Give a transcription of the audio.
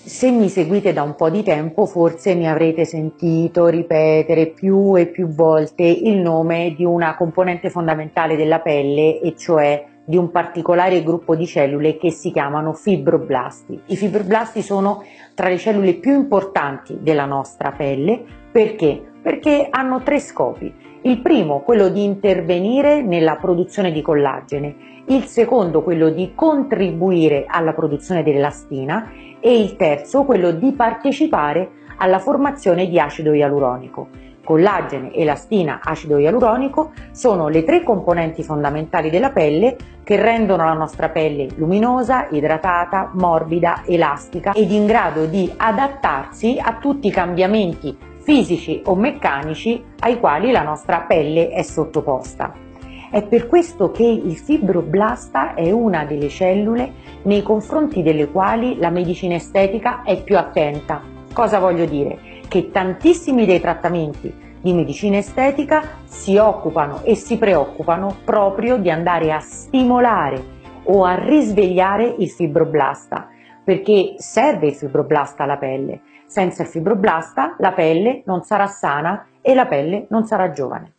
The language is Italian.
Se mi seguite da un po' di tempo, forse mi avrete sentito ripetere più e più volte il nome di una componente fondamentale della pelle, e cioè di un particolare gruppo di cellule che si chiamano fibroblasti. I fibroblasti sono tra le cellule più importanti della nostra pelle. Perché? Perché hanno tre scopi. Il primo, quello di intervenire nella produzione di collagene, il secondo, quello di contribuire alla produzione dell'elastina, e il terzo, quello di partecipare alla formazione di acido ialuronico. Collagene, elastina, acido ialuronico sono le tre componenti fondamentali della pelle che rendono la nostra pelle luminosa, idratata, morbida, elastica ed in grado di adattarsi a tutti i cambiamenti fisici o meccanici ai quali la nostra pelle è sottoposta. È per questo che il fibroblasta è una delle cellule nei confronti delle quali la medicina estetica è più attenta. Cosa voglio dire? Che tantissimi dei trattamenti di medicina estetica si occupano e si preoccupano proprio di andare a stimolare o a risvegliare il fibroblasta, perché serve il fibroblasta alla pelle. Senza il fibroblasta la pelle non sarà sana e la pelle non sarà giovane.